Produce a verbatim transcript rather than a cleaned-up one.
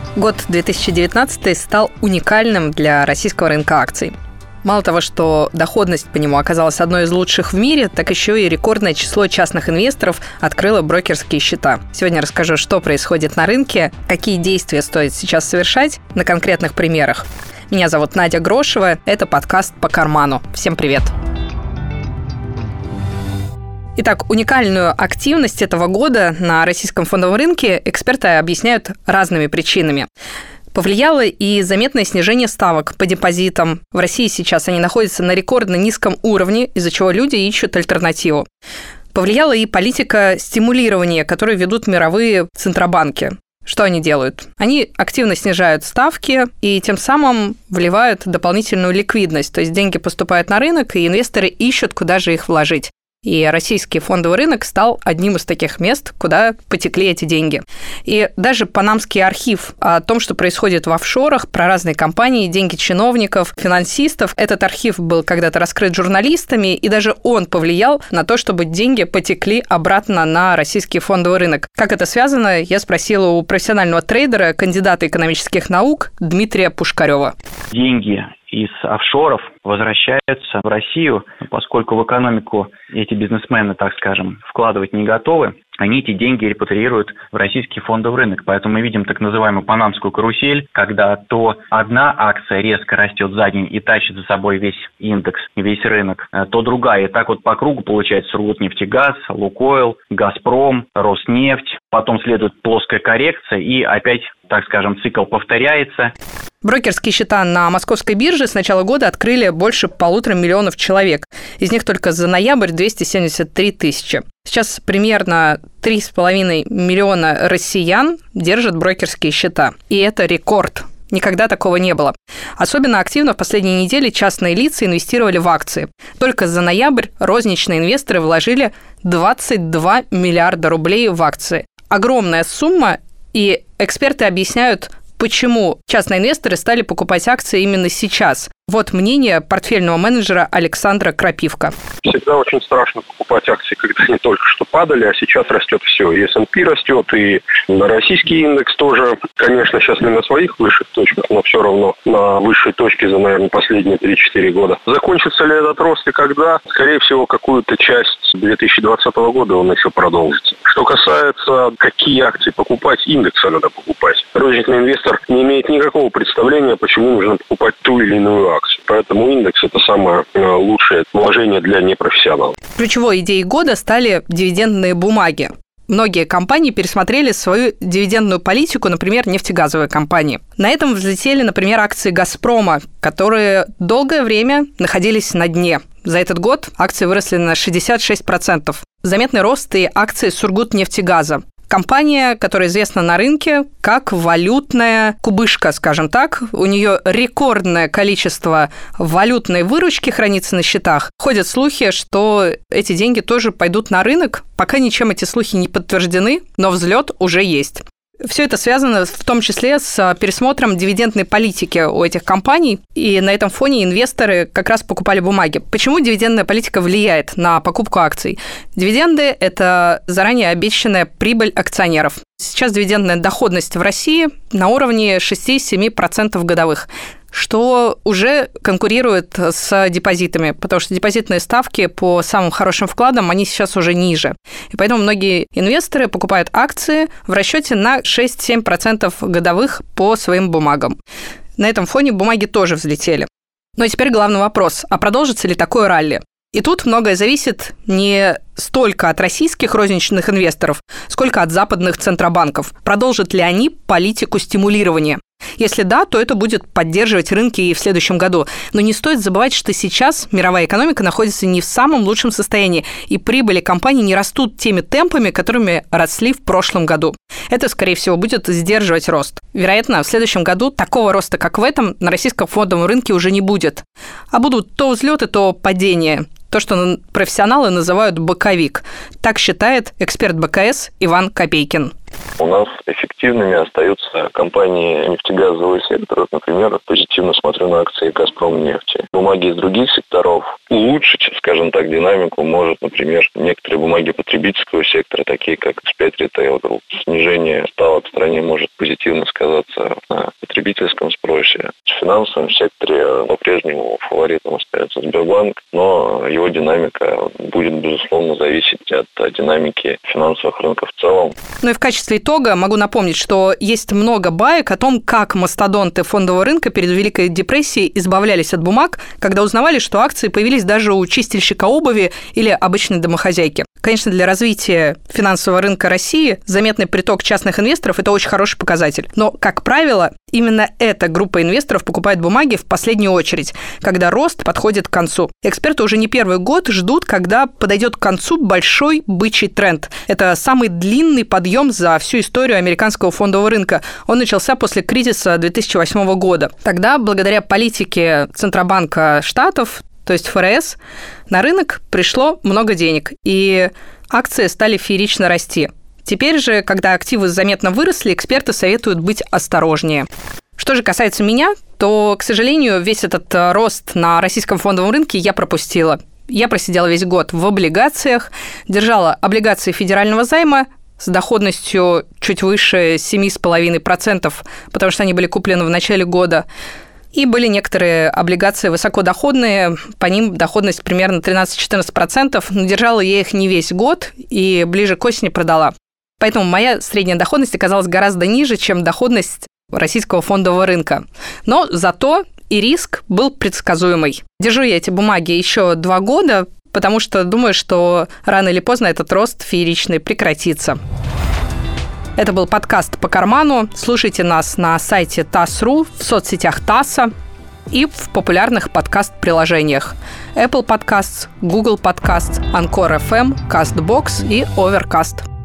Год две тысячи девятнадцатый стал уникальным для российского рынка акций. Мало того, что доходность по нему оказалась одной из лучших в мире, так еще и рекордное число частных инвесторов открыло брокерские счета. Сегодня расскажу, что происходит на рынке, какие действия стоит сейчас совершать на конкретных примерах. Меня зовут Надя Грошева, это подкаст «По карману». Всем привет! Итак, уникальную активность этого года на российском фондовом рынке эксперты объясняют разными причинами. Повлияло и заметное снижение ставок по депозитам. В России сейчас они находятся на рекордно низком уровне, из-за чего люди ищут альтернативу. Повлияла и политика стимулирования, которую ведут мировые центробанки. Что они делают? Они активно снижают ставки и тем самым вливают дополнительную ликвидность. То есть деньги поступают на рынок, и инвесторы ищут, куда же их вложить. И российский фондовый рынок стал одним из таких мест, куда потекли эти деньги. И даже Панамский архив о том, что происходит в офшорах, про разные компании, деньги чиновников, финансистов, этот архив был когда-то раскрыт журналистами, и даже он повлиял на то, чтобы деньги потекли обратно на российский фондовый рынок. Как это связано, я спросила у профессионального трейдера, кандидата экономических наук Дмитрия Пушкарева. Деньги из офшоров возвращаются в Россию, поскольку в экономику эти бизнесмены, так скажем, вкладывать не готовы, они эти деньги репатриируют в российский фондовый рынок. Поэтому мы видим так называемую панамскую карусель, когда то одна акция резко растет за день и тащит за собой весь индекс, весь рынок, то другая. И так вот по кругу получается Сургутнефтегаз, Лукойл, Газпром, Роснефть. Потом следует плоская коррекция и опять, так скажем, цикл повторяется. Брокерские счета на московской бирже с начала года открыли больше полутора миллионов человек. Из них только за ноябрь двести семьдесят три тысячи. Сейчас примерно три с половиной миллиона россиян держат брокерские счета. И это рекорд. Никогда такого не было. Особенно активно в последние недели частные лица инвестировали в акции. Только за ноябрь розничные инвесторы вложили двадцать два миллиарда рублей в акции. Огромная сумма, и эксперты объясняют, почему частные инвесторы стали покупать акции именно сейчас. Вот мнение портфельного менеджера Александра Крапивка. Всегда очень страшно покупать акции, когда они только что падали, а сейчас растет все. И эс энд пи растет, и российский индекс тоже, конечно, сейчас не на своих высших точках, но все равно на высшей точке за, наверное, последние три-четыре года. Закончится ли этот рост и когда? Скорее всего, какую-то часть две тысячи двадцатого года он еще продолжится. Что касается, какие акции покупать, индексы надо покупать. Розничный инвестор не имеет никакого представления, почему нужно покупать ту или иную акцию. Поэтому индекс – это самое лучшее вложение для непрофессионалов. Ключевой идеей года стали дивидендные бумаги. Многие компании пересмотрели свою дивидендную политику, например, нефтегазовые компании. На этом взлетели, например, акции «Газпрома», которые долгое время находились на дне. За этот год акции выросли на шестьдесят шесть процентов. Заметный рост и акции «Сургутнефтегаза». Компания, которая известна на рынке как валютная кубышка, скажем так. У нее рекордное количество валютной выручки хранится на счетах. Ходят слухи, что эти деньги тоже пойдут на рынок. Пока ничем эти слухи не подтверждены, но взлет уже есть. Все это связано в том числе с пересмотром дивидендной политики у этих компаний, и на этом фоне инвесторы как раз покупали бумаги. Почему дивидендная политика влияет на покупку акций? Дивиденды – это заранее обещанная прибыль акционеров. Сейчас дивидендная доходность в России на уровне шесть-семь процентов годовых, что уже конкурирует с депозитами, потому что депозитные ставки по самым хорошим вкладам, они сейчас уже ниже. И поэтому многие инвесторы покупают акции в расчете на шесть-семь процентов годовых по своим бумагам. На этом фоне бумаги тоже взлетели. Ну и теперь главный вопрос, а продолжится ли такое ралли? И тут многое зависит не столько от российских розничных инвесторов, сколько от западных центробанков. Продолжат ли они политику стимулирования? Если да, то это будет поддерживать рынки и в следующем году. Но не стоит забывать, что сейчас мировая экономика находится не в самом лучшем состоянии, и прибыли компаний не растут теми темпами, которыми росли в прошлом году. Это, скорее всего, будет сдерживать рост. Вероятно, в следующем году такого роста, как в этом, на российском фондовом рынке уже не будет. А будут то взлеты, то падения. То, что профессионалы называют боковик. Так считает эксперт бэ ка эс Иван Копейкин. У нас эффективными остаются компании нефтегазового сектора. Например, позитивно смотрю на акции «Газпромнефти». Бумаги из других секторов улучшить, скажем так, динамику может, например, некоторые бумаги потребительского сектора, такие как эс пять Retail Group. Снижение поставок в стране может позитивно сказаться на потребительском спросе. В финансовом секторе по-прежнему фаворитом остается Сбербанк, но его динамика будет, безусловно, зависеть от динамики финансовых рынков в целом. Ну и в качестве итога могу напомнить, что есть много баек о том, как мастодонты фондового рынка перед Великой депрессией избавлялись от бумаг, когда узнавали, что акции появились даже у чистильщика обуви или обычной домохозяйки. Конечно, для развития финансового рынка России заметный приток частных инвесторов – это очень хороший показатель. Но, как правило, именно эта группа инвесторов покупает бумаги в последнюю очередь, когда рост подходит к концу. Эксперты уже не первый год ждут, когда подойдет к концу большой бычий тренд. Это самый длинный подъем за всю историю американского фондового рынка. Он начался после кризиса две тысячи восьмого года. Тогда, благодаря политике Центробанка Штатов, то есть эф эр эс, на рынок пришло много денег, и акции стали феерично расти. Теперь же, когда активы заметно выросли, эксперты советуют быть осторожнее. Что же касается меня, то, к сожалению, весь этот рост на российском фондовом рынке я пропустила. Я просидела весь год в облигациях, держала облигации федерального займа с доходностью чуть выше семь целых пять десятых процента, потому что они были куплены в начале года. И были некоторые облигации высокодоходные, по ним доходность примерно тринадцать-четырнадцать процентов, но держала я их не весь год и ближе к осени продала. Поэтому моя средняя доходность оказалась гораздо ниже, чем доходность российского фондового рынка. Но зато и риск был предсказуемый. Держу я эти бумаги еще два года, потому что думаю, что рано или поздно этот рост фееричный прекратится. Это был подкаст «По карману». Слушайте нас на сайте тасс точка ру, в соцсетях ТАССа и в популярных подкаст-приложениях Apple Podcasts, Google Podcasts, Anchor эф эм, CastBox и Overcast.